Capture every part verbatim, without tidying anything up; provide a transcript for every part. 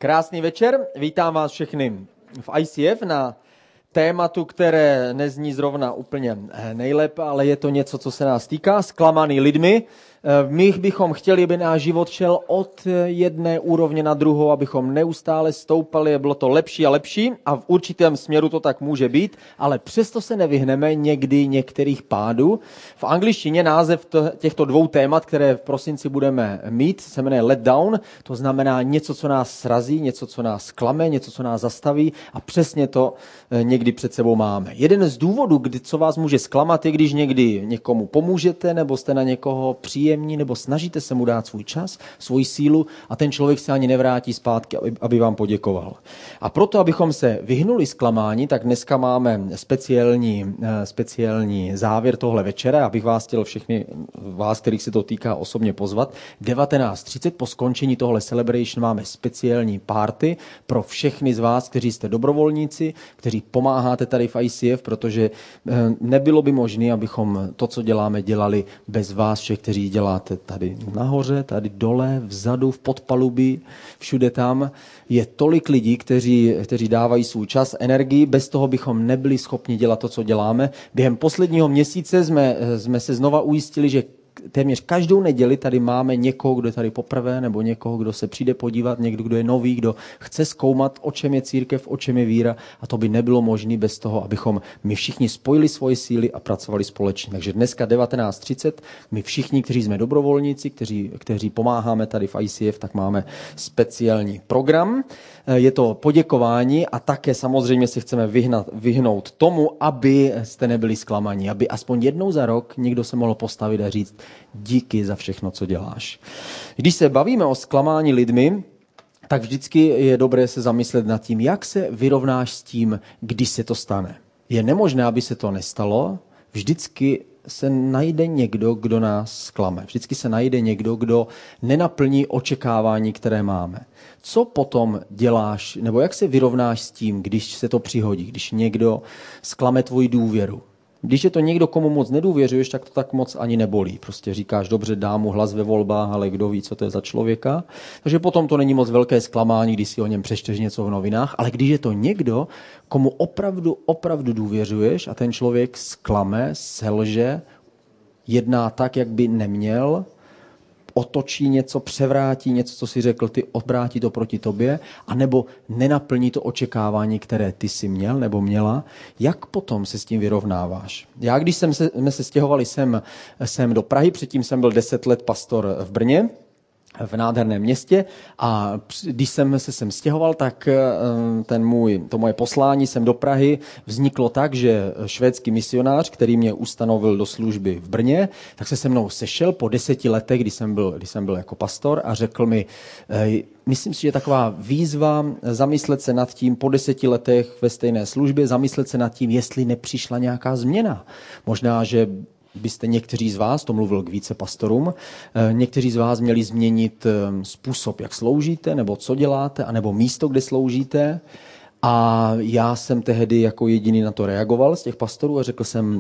Krásný večer, vítám vás všechny v I C F na tématu, které nezní zrovna úplně nejlépe, ale je to něco, co se nás týká, zklamaný lidmi. My bychom chtěli, aby náš život šel od jedné úrovně na druhou, abychom neustále stoupali, bylo to lepší a lepší a v určitém směru to tak může být, ale přesto se nevyhneme někdy některých pádů. V angličtině název těchto dvou témat, které v prosinci budeme mít, se jmenuje let down, to znamená něco, co nás srazí, něco, co nás klame, něco, co nás zastaví a přesně to někdy před sebou máme. Jeden z důvodů, kdy, co vás může zklamat, je, když někdy někomu pomůžete nebo jste na někoho příjemní, nebo snažíte se mu dát svůj čas, svoji sílu a ten člověk se ani nevrátí zpátky, aby, aby vám poděkoval. A proto, abychom se vyhnuli zklamání, tak dneska máme speciální, speciální závěr tohle večera, abych vás chtěl všechny vás, kterých se to týká, osobně pozvat. devatenáct třicet po skončení tohle celebration máme speciální party pro všechny z vás, kteří jste dobrovolníci, kteří pomáháte tady v I C F, protože nebylo by možné, abychom to, co děláme, dělali bez vás všech, kteří děláte tady nahoře, tady dole, vzadu, v podpalubí, všude tam. Je tolik lidí, kteří, kteří dávají svůj čas, energii, bez toho bychom nebyli schopni dělat to, co děláme. Během posledního měsíce jsme, jsme se znova ujistili, že téměř každou neděli tady máme někoho, kdo je tady poprvé, nebo někoho, kdo se přijde podívat, někdo, kdo je nový, kdo chce zkoumat, o čem je církev, o čem je víra, a to by nebylo možné bez toho, abychom my všichni spojili svoje síly a pracovali společně. Takže dneska devatenáct třicet, my všichni, kteří jsme dobrovolníci, kteří, kteří pomáháme tady v I C F, tak máme speciální program. Je to poděkování a také samozřejmě si chceme vyhnat, vyhnout tomu, aby jste nebyli zklamaní, aby aspoň jednou za rok někdo se mohl postavit a říct díky za všechno, co děláš. Když se bavíme o zklamání lidmi, tak vždycky je dobré se zamyslet nad tím, jak se vyrovnáš s tím, když se to stane. Je nemožné, aby se to nestalo, vždycky se najde někdo, kdo nás zklame. Vždycky se najde někdo, kdo nenaplní očekávání, které máme. Co potom děláš, nebo jak se vyrovnáš s tím, když se to přihodí, když někdo zklame tvoji důvěru? Když je to někdo, komu moc nedůvěřuješ, tak to tak moc ani nebolí. Prostě říkáš, dobře, dám mu hlas ve volbách, ale kdo ví, co to je za člověka. Takže potom to není moc velké zklamání, když si o něm přečteš něco v novinách, ale když je to někdo, komu opravdu, opravdu důvěřuješ a ten člověk zklame, selže, jedná tak, jak by neměl, otočí něco, převrátí něco, co si řekl ty, obrátí to proti tobě, anebo nenaplní to očekávání, které ty si měl nebo měla, jak potom se s tím vyrovnáváš? Já, když jsem se, jsme se stěhovali sem, sem do Prahy, předtím jsem byl deset let pastor v Brně, v nádherném městě, a když jsem se sem stěhoval, tak ten můj, to moje poslání sem do Prahy vzniklo tak, že švédský misionář, který mě ustanovil do služby v Brně, tak se se mnou sešel po deseti letech, kdy jsem byl, kdy jsem byl jako pastor, a řekl mi, myslím si, že je taková výzva zamyslet se nad tím po deseti letech ve stejné službě, zamyslet se nad tím, jestli nepřišla nějaká změna. Možná, že byste někteří z vás, to mluvil k více pastorům, někteří z vás měli změnit způsob, jak sloužíte, nebo co děláte, anebo místo, kde sloužíte. A já jsem tehdy jako jediný na to reagoval z těch pastorů a řekl jsem,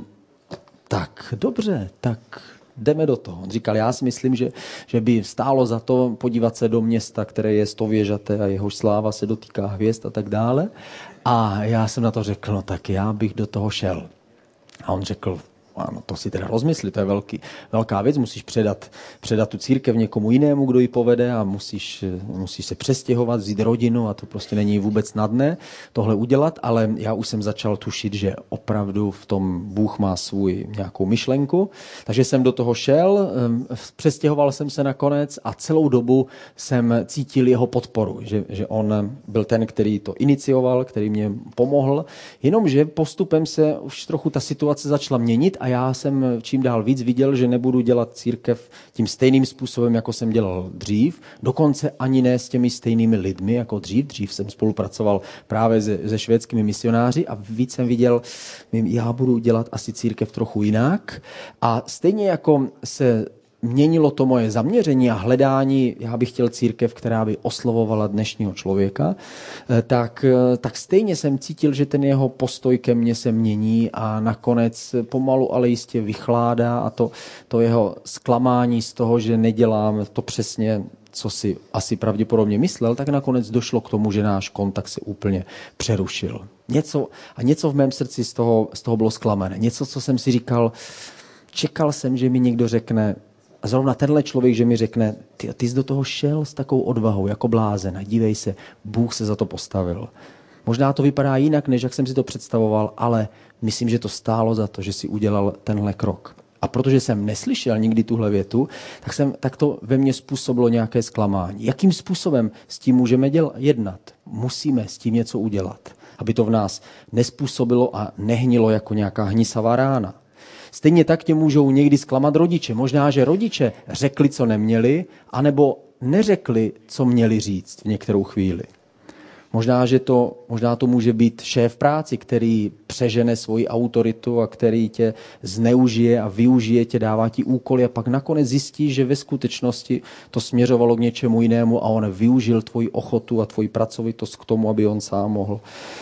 tak dobře, tak jdeme do toho. On říkal, já si myslím, že, že by stálo za to podívat se do města, které je stověžaté a jehož sláva se dotýká hvězd a tak dále. A já jsem na to řekl, no tak já bych do toho šel. A on řekl, ano, to si teda rozmysli, to je velký, velká věc, musíš předat, předat tu církev někomu jinému, kdo ji povede, a musíš, musíš se přestěhovat, vzít rodinu, a to prostě není vůbec snadné tohle udělat, ale já už jsem začal tušit, že opravdu v tom Bůh má svůj nějakou myšlenku, takže jsem do toho šel, přestěhoval jsem se nakonec a celou dobu jsem cítil jeho podporu, že, že on byl ten, který to inicioval, který mě pomohl, jenomže postupem se už trochu ta situace začala měnit. A já jsem čím dál víc viděl, že nebudu dělat církev tím stejným způsobem, jako jsem dělal dřív. Dokonce ani ne s těmi stejnými lidmi, jako dřív. Dřív jsem spolupracoval právě se, se švédskými misionáři a víc jsem viděl, já budu dělat asi církev trochu jinak. A stejně jako se měnilo to moje zaměření a hledání, já bych chtěl církev, která by oslovovala dnešního člověka, tak, tak stejně jsem cítil, že ten jeho postoj ke mně se mění a nakonec pomalu, ale jistě vychládá, a to, to jeho zklamání z toho, že nedělám to přesně co si asi pravděpodobně myslel, tak nakonec došlo k tomu, že náš kontakt se úplně přerušil. Něco, a něco v mém srdci z toho, z toho bylo zklamané. Něco, co jsem si říkal, čekal jsem, že mi někdo řekne, a zrovna tenhle člověk, že mi řekne, ty, ty jsi do toho šel s takovou odvahou, jako blázen, a dívej se, Bůh se za to postavil. Možná to vypadá jinak, než jak jsem si to představoval, ale myslím, že to stálo za to, že si udělal tenhle krok. A protože jsem neslyšel nikdy tuhle větu, tak, jsem, tak to ve mně způsobilo nějaké zklamání. Jakým způsobem s tím můžeme děl, jednat? Musíme s tím něco udělat, aby to v nás nespůsobilo a nehnilo jako nějaká hnisavá rána. Stejně tak tě můžou někdy zklamat rodiče. Možná, že rodiče řekli, co neměli, anebo neřekli, co měli říct v některou chvíli. Možná, že to, možná to může být šéf práci, který přežene svoji autoritu a který tě zneužije a využije tě, dává ti úkoly a pak nakonec zjistí, že ve skutečnosti to směřovalo k něčemu jinému a on využil tvoji ochotu a tvoji pracovitost k tomu, aby on sám mohl,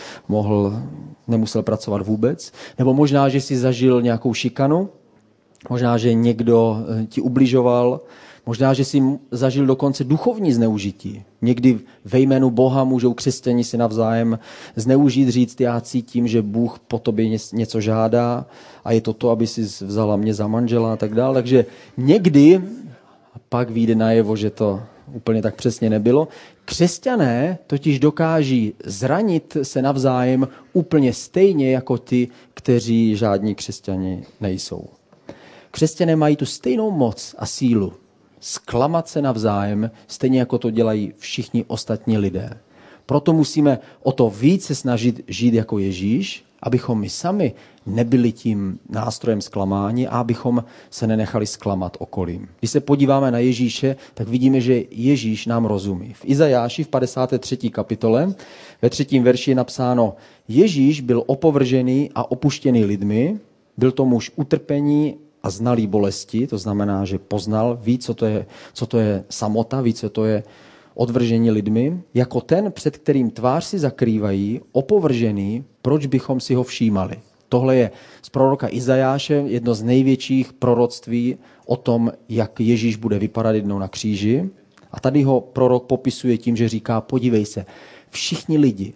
mohl nemusel pracovat vůbec. Nebo možná, že jsi zažil nějakou šikanu, možná, že někdo ti ubližoval, možná, že jsi zažil dokonce duchovní zneužití. Někdy ve jménu Boha můžou křesťani si navzájem zneužít, říct, já cítím, že Bůh po tobě něco žádá a je to to, aby si vzala mě za manžela a tak dále. Takže někdy, a pak vyjde najevo, že to úplně tak přesně nebylo, křesťané totiž dokáží zranit se navzájem úplně stejně jako ty, kteří žádní křesťani nejsou. Křesťané mají tu stejnou moc a sílu zklamat se navzájem, stejně jako to dělají všichni ostatní lidé. Proto musíme o to víc se snažit žít jako Ježíš, abychom my sami nebyli tím nástrojem zklamání a abychom se nenechali zklamat okolím. Když se podíváme na Ježíše, tak vidíme, že Ježíš nám rozumí. V Izajáši v padesáté třetí kapitole ve třetím verši je napsáno: Ježíš byl opovržený a opuštěný lidmi, byl to muž utrpení a znalý bolesti, to znamená, že poznal, ví, co to je, co to je samota, ví, co to je odvržení lidmi, jako ten, před kterým tvář si zakrývají, opovržený, proč bychom si ho všímali. Tohle je z proroka Izajáše jedno z největších proroctví o tom, jak Ježíš bude vypadat jednou na kříži. A tady ho prorok popisuje tím, že říká, podívej se, všichni lidi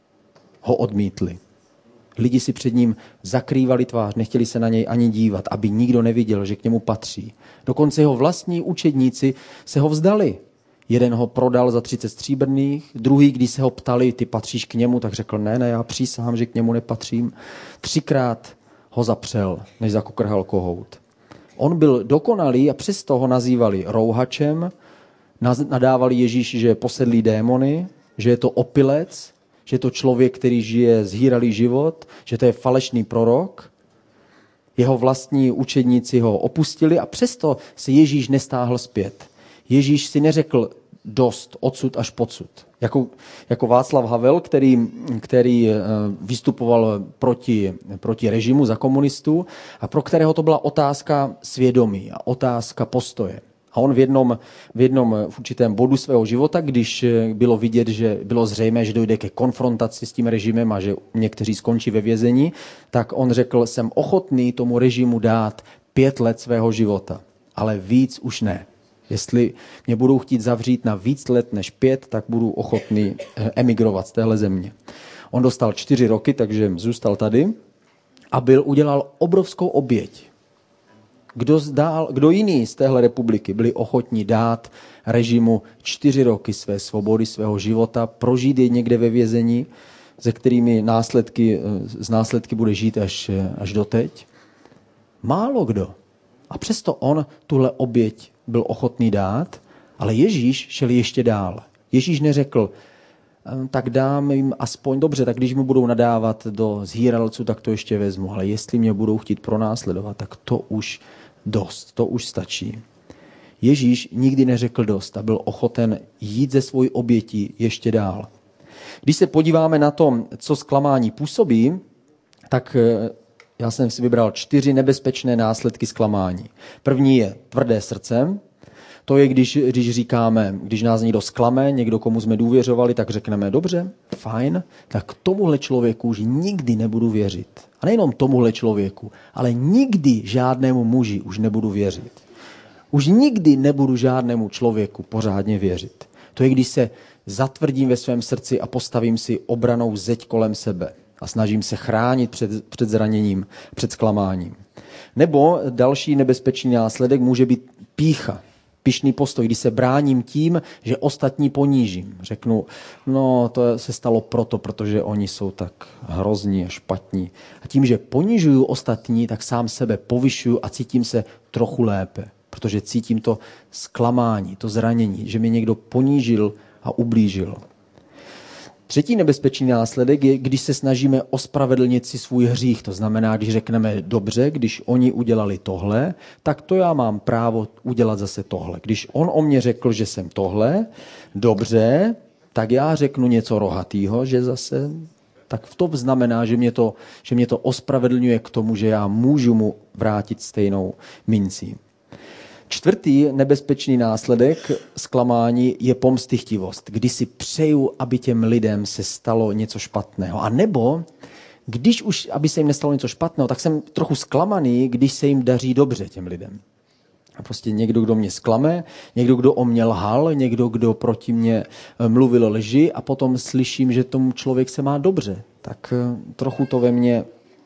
ho odmítli. Lidi si před ním zakrývali tvář, nechtěli se na něj ani dívat, aby nikdo neviděl, že k němu patří. Dokonce jeho vlastní učedníci se ho vzdali. Jeden ho prodal za třicet stříbrných, druhý, když se ho ptali, ty patříš k němu, tak řekl, ne, ne, já přísahám, že k němu nepatřím. Třikrát ho zapřel, než zakukrhal kohout. On byl dokonalý a přesto ho nazývali rouhačem, nadávali Ježíši, že je posedlý démony, že je to opilec, že je to člověk, který žije zhýralý život, že to je falešný prorok. Jeho vlastní učedníci ho opustili a přesto se Ježíš nestáhl zpět. Ježíš si neřekl dost, odsud až pocud. Jako, jako Václav Havel, který, který vystupoval proti, proti režimu za komunistů a pro kterého to byla otázka svědomí a otázka postoje. A on v jednom, v jednom v určitém bodu svého života, když bylo vidět, že bylo zřejmé, že dojde ke konfrontaci s tím režimem a že někteří skončí ve vězení, tak on řekl, jsem ochotný tomu režimu dát pět let svého života, ale víc už ne. Jestli mě budou chtít zavřít na víc let než pět, tak budu ochotný emigrovat z téhle země. On dostal čtyři roky, takže zůstal tady a byl, udělal obrovskou oběť. Kdo, zdál, kdo jiný z téhle republiky byli ochotní dát režimu čtyři roky své svobody, svého života, prožít je někde ve vězení, se kterými následky, z následky bude žít až, až doteď? Málo kdo. A přesto on tuhle oběť byl ochotný dát, ale Ježíš šel ještě dál. Ježíš neřekl, tak dám jim aspoň dobře, tak když mi budou nadávat do zhýralců, tak to ještě vezmu, ale jestli mě budou chtít pronásledovat, tak to už dost, to už stačí. Ježíš nikdy neřekl dost a byl ochoten jít ze svojí obětí ještě dál. Když se podíváme na to, co zklamání působí, tak já jsem si vybral čtyři nebezpečné následky zklamání. První je tvrdé srdce. To je, když, když říkáme, když nás někdo zklame, někdo, komu jsme důvěřovali, tak řekneme, dobře, fajn, tak tomuhle člověku už nikdy nebudu věřit. A nejenom tomuhle člověku, ale nikdy žádnému muži už nebudu věřit. Už nikdy nebudu žádnému člověku pořádně věřit. To je, když se zatvrdím ve svém srdci a postavím si obranou zeď kolem sebe a snažím se chránit před, před zraněním, před zklamáním. Nebo další nebezpečný následek může být pýcha, pyšný postoj, když se bráním tím, že ostatní ponížím. Řeknu, no to se stalo proto, protože oni jsou tak hrozní a špatní. A tím, že ponižuju ostatní, tak sám sebe povyšuju a cítím se trochu lépe, protože cítím to zklamání, to zranění, že mě někdo ponížil a ublížil. Třetí nebezpečný následek je, když se snažíme ospravedlnit si svůj hřích. To znamená, když řekneme, dobře, když oni udělali tohle, tak to já mám právo udělat zase tohle. Když on o mě řekl, že jsem tohle, dobře, tak já řeknu něco rohatýho, že zase, tak to znamená, že mě to, že mě to ospravedlňuje k tomu, že já můžu mu vrátit stejnou mincí. Čtvrtý nebezpečný následek zklamání je pomstychtivost, kdy si přeju, aby těm lidem se stalo něco špatného. A nebo, když už, aby se jim nestalo něco špatného, tak jsem trochu zklamaný, když se jim daří dobře těm lidem. A prostě někdo, kdo mě zklame, někdo, kdo o mě lhal, někdo, kdo proti mě mluvil lži a potom slyším, že tomu člověk se má dobře. Tak trochu to ve mně...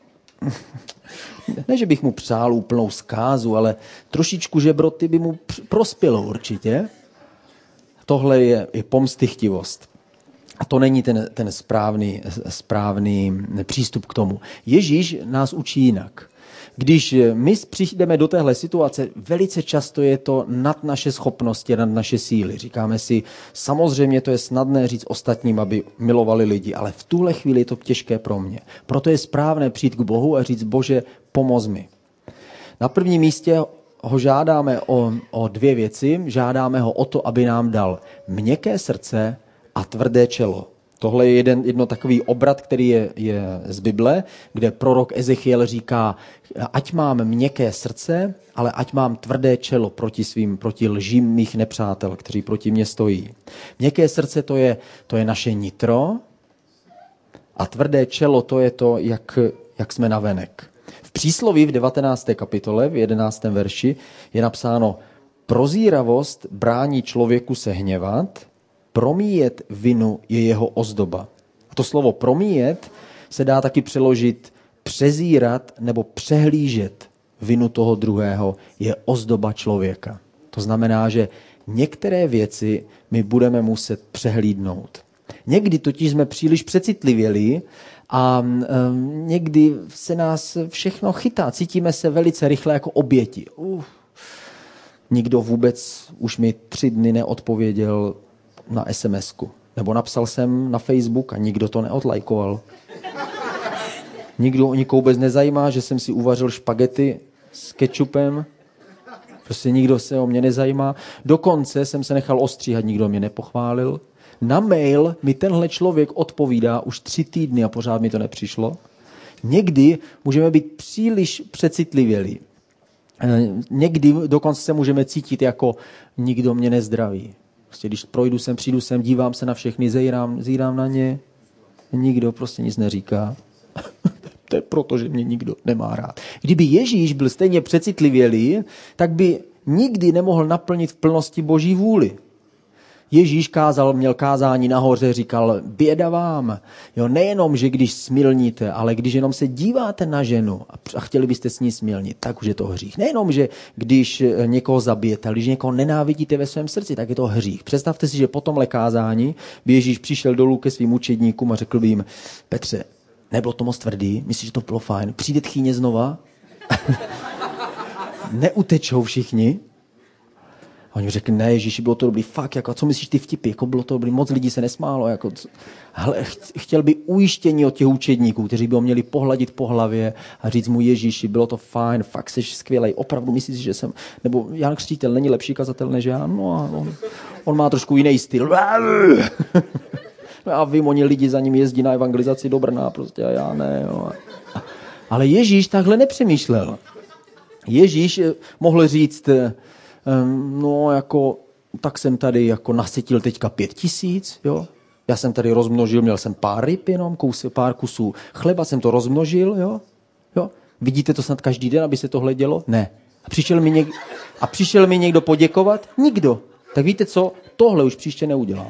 Ne, že bych mu přál úplnou zkázu, ale trošičku žebroty by mu prospělo určitě. Tohle je, je pomstychtivost. A to není ten, ten správný, správný přístup k tomu. Ježíš nás učí jinak. Když my přijdeme do téhle situace, velice často je to nad naše schopnosti, nad naše síly. Říkáme si, samozřejmě to je snadné říct ostatním, aby milovali lidi, ale v tuhle chvíli je to těžké pro mě. Proto je správné přijít k Bohu a říct, Bože, pomoz mi. Na prvním místě ho žádáme o, o dvě věci. Žádáme ho o to, aby nám dal měkké srdce a tvrdé čelo. Tohle je jeden, jedno takový obrat, který je, je z Bible, kde prorok Ezechiel říká, ať mám měkké srdce, ale ať mám tvrdé čelo proti svým, proti lžím mých nepřátel, kteří proti mně stojí. Měkké srdce to je, to je naše nitro a tvrdé čelo to je to, jak, jak jsme navenek. V přísloví v devatenácté kapitole, v jedenáctém verši je napsáno, prozíravost brání člověku se hněvat, promíjet vinu je jeho ozdoba. A to slovo promíjet se dá taky přeložit přezírat nebo přehlížet vinu toho druhého je ozdoba člověka. To znamená, že některé věci my budeme muset přehlídnout. Někdy totiž jsme příliš přecitlivělí a um, někdy se nás všechno chytá. Cítíme se velice rychle jako oběti. Uf. Nikdo vůbec už mi tři dny neodpověděl na es em esku. Nebo napsal jsem na Facebook a nikdo to neodlajkoval. Nikdo, nikoho vůbec nezajímá, že jsem si uvařil špagety s kečupem. Prostě nikdo se o mě nezajímá. Dokonce jsem se nechal ostříhat, nikdo mě nepochválil. Na mail mi tenhle člověk odpovídá už tři týdny a pořád mi to nepřišlo. Někdy můžeme být příliš přecitlivělí. Někdy dokonce se můžeme cítit jako nikdo mě nezdraví. Prostě když projdu sem, přijdu sem, dívám se na všechny, zírám, zírám na ně, nikdo prostě nic neříká. To je proto, že mě nikdo nemá rád. Kdyby Ježíš byl stejně přecitlivělý, tak by nikdy nemohl naplnit v plnosti Boží vůli. Ježíš kázal, měl kázání nahoře, říkal, běda vám. Jo, nejenom, že když smilníte, ale když jenom se díváte na ženu a chtěli byste s ní smilnit, tak už je to hřích. Nejenom, že když někoho zabijete, ale když někoho nenávidíte ve svém srdci, tak je to hřích. Představte si, že po tomhle kázání by Ježíš přišel dolů ke svým učedníkům a řekl by jim, Petře, nebylo to moc tvrdý, myslíš, že to bylo fajn, přijde tchýně znova? Neutečou všichni? A oni řekli, ne, Ježíši, bylo to dobrý, fakt, jako, co myslíš ty vtipy, jako bylo to dobrý, moc lidí se nesmálo, jako, hele, chtěl by ujištění od těch učedníků, kteří by ho měli pohladit po hlavě a říct mu, Ježíši, bylo to fajn, fakt jsi skvělej, opravdu myslíš, že jsem, nebo Jan Křtitel není lepší kazatel než já, no a on, on má trošku jiný styl. No a vím, oni lidi za ním jezdí na evangelizaci do Brna, prostě a já ne. Jo. Ale Ježíš takhle nepřemýšlel. Ježíš mohl říct, no jako, tak jsem tady jako nasytil teďka pět tisíc, jo. Já jsem tady rozmnožil, měl jsem pár ryb jenom, kus, pár kusů chleba jsem to rozmnožil, jo. jo. Vidíte to snad každý den, aby se tohle dělo? Ne. A přišel mi, něk, A přišel mi někdo poděkovat? Nikdo. Tak víte co? Tohle už příště neudělám.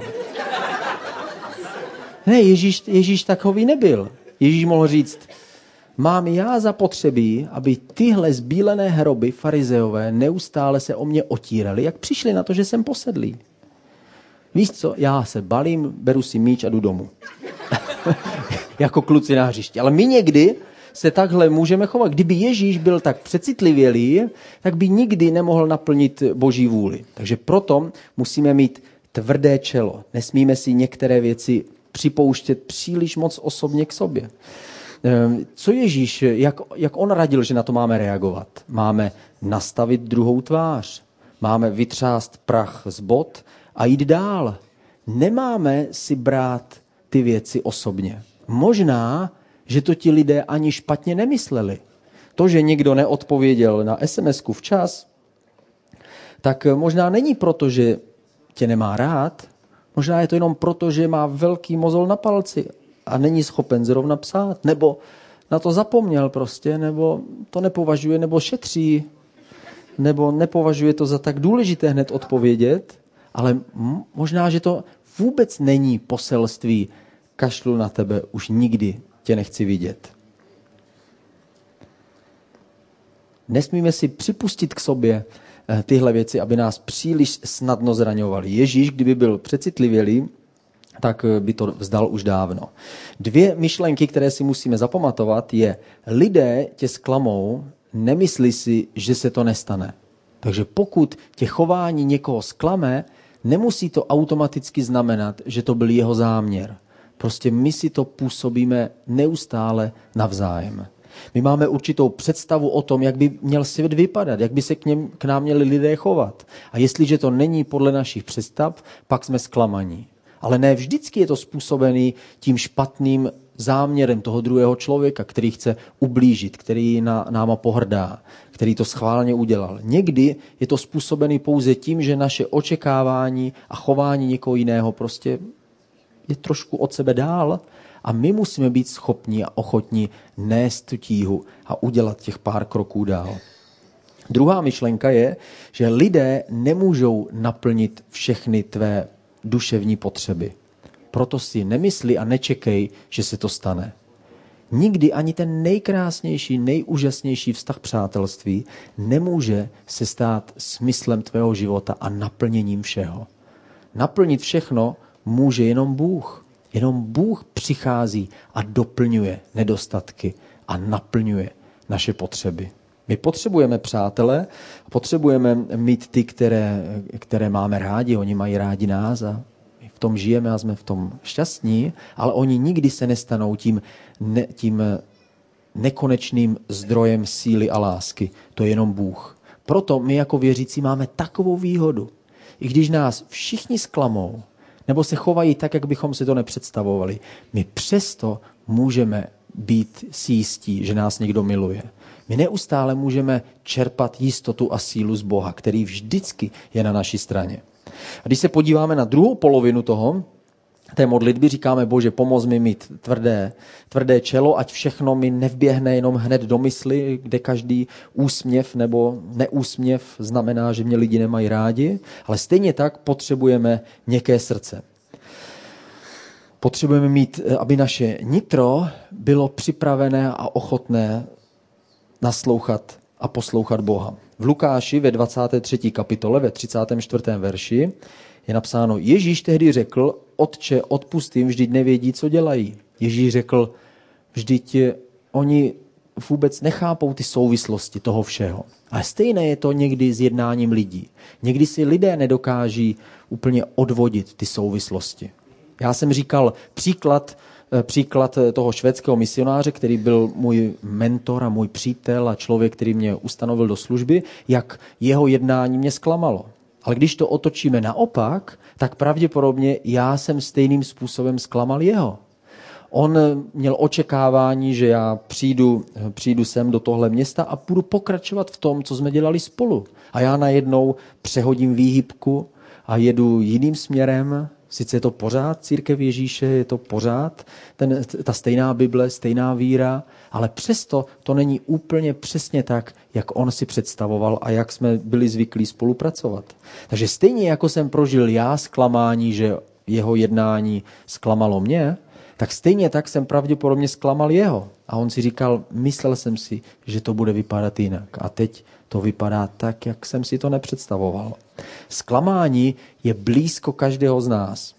Ne, Ježíš, Ježíš takový nebyl. Ježíš mohl říct, mám já zapotřebí, aby tyhle zbílené hroby farizeové neustále se o mě otírali, jak přišli na to, že jsem posedlý. Víš co, já se balím, beru si míč a jdu domů. Jako kluci na hřišti. Ale my někdy se takhle můžeme chovat. Kdyby Ježíš byl tak přecitlivělý, tak by nikdy nemohl naplnit Boží vůli. Takže proto musíme mít tvrdé čelo. Nesmíme si některé věci připouštět příliš moc osobně k sobě. Co Ježíš, jak, jak on radil, že na to máme reagovat? Máme nastavit druhou tvář. Máme vytřást prach z bot a jít dál. Nemáme si brát ty věci osobně. Možná, že to ti lidé ani špatně nemysleli. To, že někdo neodpověděl na es em esku včas, tak možná není proto, že tě nemá rád, možná je to jenom proto, že má velký mozol na palci a není schopen zrovna psát, nebo na to zapomněl prostě, nebo to nepovažuje, nebo šetří, nebo nepovažuje to za tak důležité hned odpovědět, ale možná, že to vůbec není poselství kašlu na tebe, už nikdy tě nechci vidět. Nesmíme si připustit k sobě tyhle věci, aby nás příliš snadno zraňovaly. Ježíš, kdyby byl přecitlivělý, tak by to vzdal už dávno. Dvě myšlenky, které si musíme zapamatovat, je lidé tě zklamou, nemyslí si, že se to nestane. Takže pokud tě chování někoho zklame, nemusí to automaticky znamenat, že to byl jeho záměr. Prostě my si to působíme neustále navzájem. My máme určitou představu o tom, jak by měl svět vypadat, jak by se k, něm, k nám měli lidé chovat. A jestliže to není podle našich představ, pak jsme zklamaní. Ale ne vždycky je to způsobený tím špatným záměrem toho druhého člověka, který chce ublížit, který na, náma pohrdá, který to schválně udělal. Někdy je to způsobený pouze tím, že naše očekávání a chování někoho jiného prostě je trošku od sebe dál a my musíme být schopni a ochotni nést tu tíhu a udělat těch pár kroků dál. Druhá myšlenka je, že lidé nemůžou naplnit všechny tvé duševní potřeby. Proto si nemysli a nečekej, že se to stane. Nikdy ani ten nejkrásnější, nejúžasnější vztah přátelství nemůže se stát smyslem tvého života a naplněním všeho. Naplnit všechno může jenom Bůh. Jenom Bůh přichází a doplňuje nedostatky a naplňuje naše potřeby. My potřebujeme přátele, potřebujeme mít ty, které, které máme rádi, oni mají rádi nás a my v tom žijeme a jsme v tom šťastní, ale oni nikdy se nestanou tím, ne, tím nekonečným zdrojem síly a lásky. To je jenom Bůh. Proto my jako věřící máme takovou výhodu. I když nás všichni zklamou, nebo se chovají tak, jak bychom si to nepředstavovali, my přesto můžeme být si jistí, že nás někdo miluje. My neustále můžeme čerpat jistotu a sílu z Boha, který vždycky je na naší straně. A když se podíváme na druhou polovinu toho, té modlitby, říkáme, Bože, pomoz mi mít tvrdé, tvrdé čelo, ať všechno mi nevběhne jenom hned do mysli, kde každý úsměv nebo neúsměv znamená, že mě lidi nemají rádi, ale stejně tak potřebujeme měkké srdce. Potřebujeme mít, aby naše nitro bylo připravené a ochotné naslouchat a poslouchat Boha. V Lukáši ve dvacáté třetí kapitole, ve třicátém čtvrtém verši je napsáno, Ježíš tehdy řekl, Otče, odpusť jim, vždyť nevědí, co dělají. Ježíš řekl, vždyť oni vůbec nechápou ty souvislosti toho všeho. A stejné je to někdy s jednáním lidí. Někdy si lidé nedokáží úplně odvodit ty souvislosti. Já jsem říkal příklad, příklad toho švédského misionáře, který byl můj mentor a můj přítel a člověk, který mě ustanovil do služby, jak jeho jednání mě zklamalo. Ale když to otočíme naopak, tak pravděpodobně já jsem stejným způsobem zklamal jeho. On měl očekávání, že já přijdu, přijdu sem do tohle města a budu pokračovat v tom, co jsme dělali spolu. A já najednou přehodím výhybku a jedu jiným směrem, Sice je to pořád církev Ježíše, je to pořád ten, ta stejná Bible, stejná víra, ale přesto to není úplně přesně tak, jak on si představoval a jak jsme byli zvyklí spolupracovat. Takže stejně jako jsem prožil já zklamání, že jeho jednání zklamalo mě, tak stejně tak jsem pravděpodobně zklamal jeho. A on si říkal, myslel jsem si, že to bude vypadat jinak. A teď to vypadá tak, jak jsem si to nepředstavoval. Zklamání je blízko každého z nás.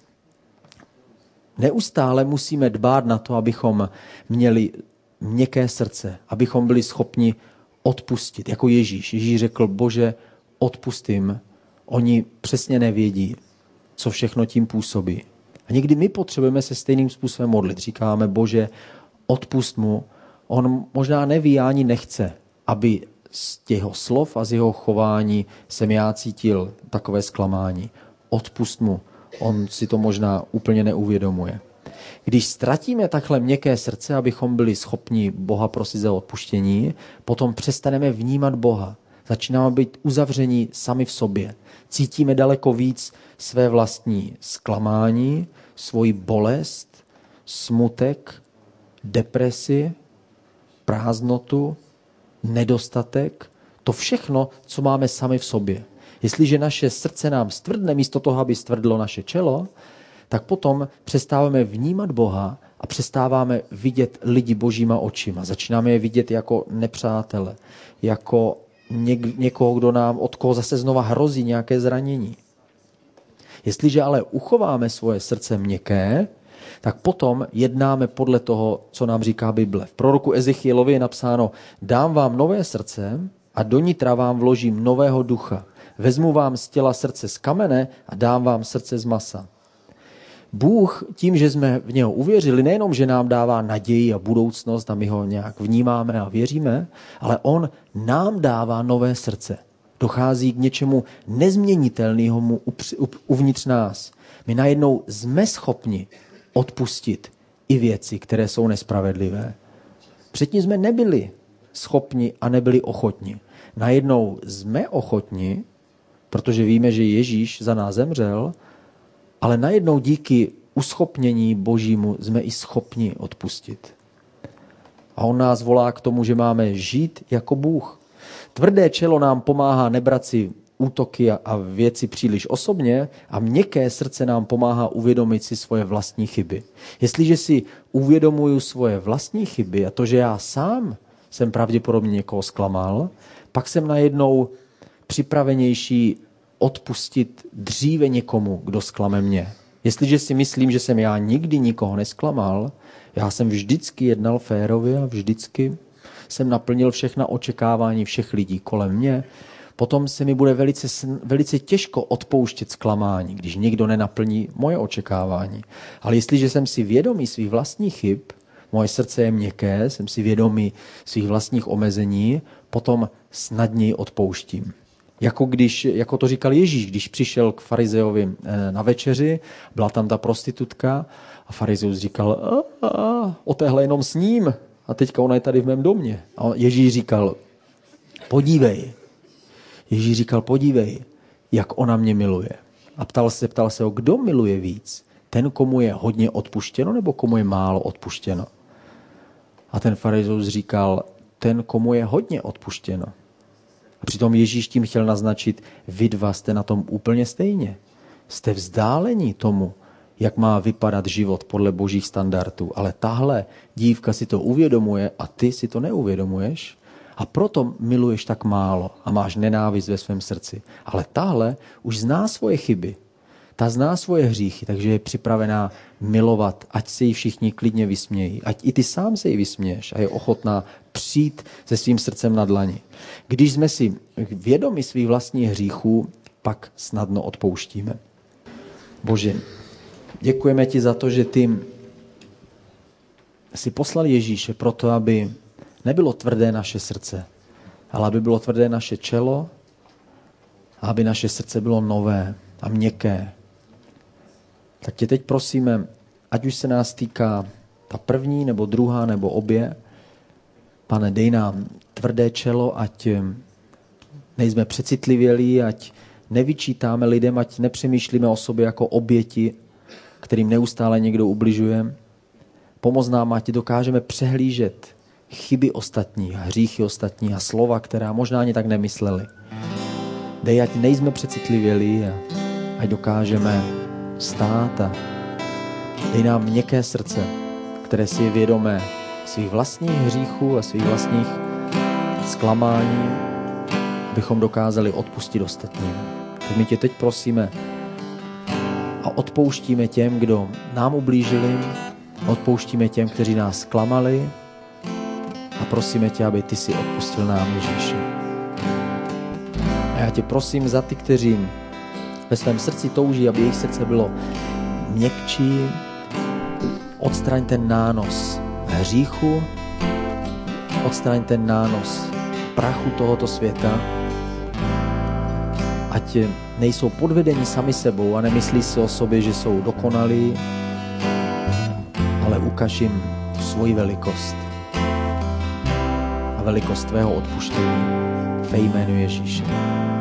Neustále musíme dbát na to, abychom měli měkké srdce, abychom byli schopni odpustit, jako Ježíš. Ježíš řekl, Bože, odpustím. Oni přesně nevědí, co všechno tím působí. A někdy my potřebujeme se stejným způsobem modlit. Říkáme, Bože, odpust mu. On možná neví, ani nechce, aby z jeho slov a z jeho chování jsem já cítil takové zklamání. Odpust mu. On si to možná úplně neuvědomuje. Když ztratíme takhle měkké srdce, abychom byli schopni Boha prosit za odpuštění, potom přestaneme vnímat Boha. Začínáme být uzavření sami v sobě. Cítíme daleko víc své vlastní zklamání, svoji bolest, smutek, depresi, prázdnotu, nedostatek. To všechno, co máme sami v sobě. Jestliže naše srdce nám stvrdne místo toho, aby stvrdlo naše čelo, tak potom přestáváme vnímat Boha a přestáváme vidět lidi božíma očima. Začínáme je vidět jako nepřátele, jako něk- někoho, kdo nám, od koho zase znova hrozí nějaké zranění. Jestliže ale uchováme svoje srdce měkké, tak potom jednáme podle toho, co nám říká Bible. V proroku Ezechielovi je napsáno, dám vám nové srdce a do nitra vám vložím nového ducha. Vezmu vám z těla srdce z kamene a dám vám srdce z masa. Bůh tím, že jsme v něho uvěřili, nejenom, že nám dává naději a budoucnost a my ho nějak vnímáme a věříme, ale on nám dává nové srdce. Dochází k něčemu nezměnitelnému uvnitř nás. My najednou jsme schopni odpustit i věci, které jsou nespravedlivé. Předtím jsme nebyli schopni a nebyli ochotni. Najednou jsme ochotni, protože víme, že Ježíš za nás zemřel, ale najednou díky uschopnění Božímu jsme i schopni odpustit. A on nás volá k tomu, že máme žít jako Bůh. Tvrdé čelo nám pomáhá nebrat si útoky a věci příliš osobně a měkké srdce nám pomáhá uvědomit si svoje vlastní chyby. Jestliže si uvědomuju svoje vlastní chyby a to, že já sám jsem pravděpodobně někoho zklamal, pak jsem najednou připravenější odpustit dříve někomu, kdo zklame mě. Jestliže si myslím, že jsem já nikdy nikoho nesklamal, já jsem vždycky jednal férově a vždycky jsem naplnil všechna očekávání všech lidí kolem mě, potom se mi bude velice, velice těžko odpouštět zklamání, když někdo nenaplní moje očekávání. Ale jestliže jsem si vědomý svých vlastních chyb, moje srdce je měkké, jsem si vědomý svých vlastních omezení, potom snadněji odpouštím. Jako, když, jako to říkal Ježíš, když přišel k farizeovi na večeři, byla tam ta prostitutka a farizeus říkal, a, a, o téhle jenom s ním a teďka ona je tady v mém domě. A Ježíš říkal, podívej. Ježíš říkal, podívej, jak ona mě miluje. A ptal se, ptal se ho, kdo miluje víc? Ten, komu je hodně odpuštěno, nebo komu je málo odpuštěno? A ten farizeus říkal, ten, komu je hodně odpuštěno. A přitom Ježíš tím chtěl naznačit, vy dva jste na tom úplně stejně. Jste vzdálení tomu, jak má vypadat život podle božích standardů. Ale tahle dívka si to uvědomuje a ty si to neuvědomuješ. A proto miluješ tak málo a máš nenávist ve svém srdci. Ale tahle už zná svoje chyby. Ta zná svoje hříchy, takže je připravená milovat, ať se jí všichni klidně vysmějí. Ať i ty sám se jí vysměješ a je ochotná přijít se svým srdcem na dlani. Když jsme si vědomi svých vlastních hříchů, pak snadno odpouštíme. Bože, děkujeme ti za to, že ty jsi poslal Ježíše proto, aby nebylo tvrdé naše srdce, ale aby bylo tvrdé naše čelo a aby naše srdce bylo nové a měkké. Tak tě teď prosíme, ať už se nás týká ta první, nebo druhá, nebo obě, Pane, dej nám tvrdé čelo, ať nejsme přecitlivělí, ať nevyčítáme lidem, ať nepřemýšlíme o sobě jako oběti, kterým neustále někdo ubližuje. Pomoz nám, ať dokážeme přehlížet chyby ostatních, hříchy ostatních a slova, která možná ani tak nemysleli. Dej, ať nejsme přecitlivělí a ať dokážeme stát a dej nám měkké srdce, které si je vědomé svých vlastních hříchů a svých vlastních zklamání, abychom dokázali odpustit ostatním. Tak my tě teď prosíme a odpouštíme těm, kdo nám ublížili, odpouštíme těm, kteří nás zklamali a prosíme tě, aby ty si odpustil nám, Ježíši. A já tě prosím za ty, kteří ve svém srdci touží, aby jejich srdce bylo měkčí, odstraň ten nános hříchu, odstraň ten nános prachu tohoto světa, ať nejsou podvedeni sami sebou a nemyslí si o sobě, že jsou dokonalí, ale ukaž jim svoji velikost a velikost tvého odpuštění ve jménu Ježíše.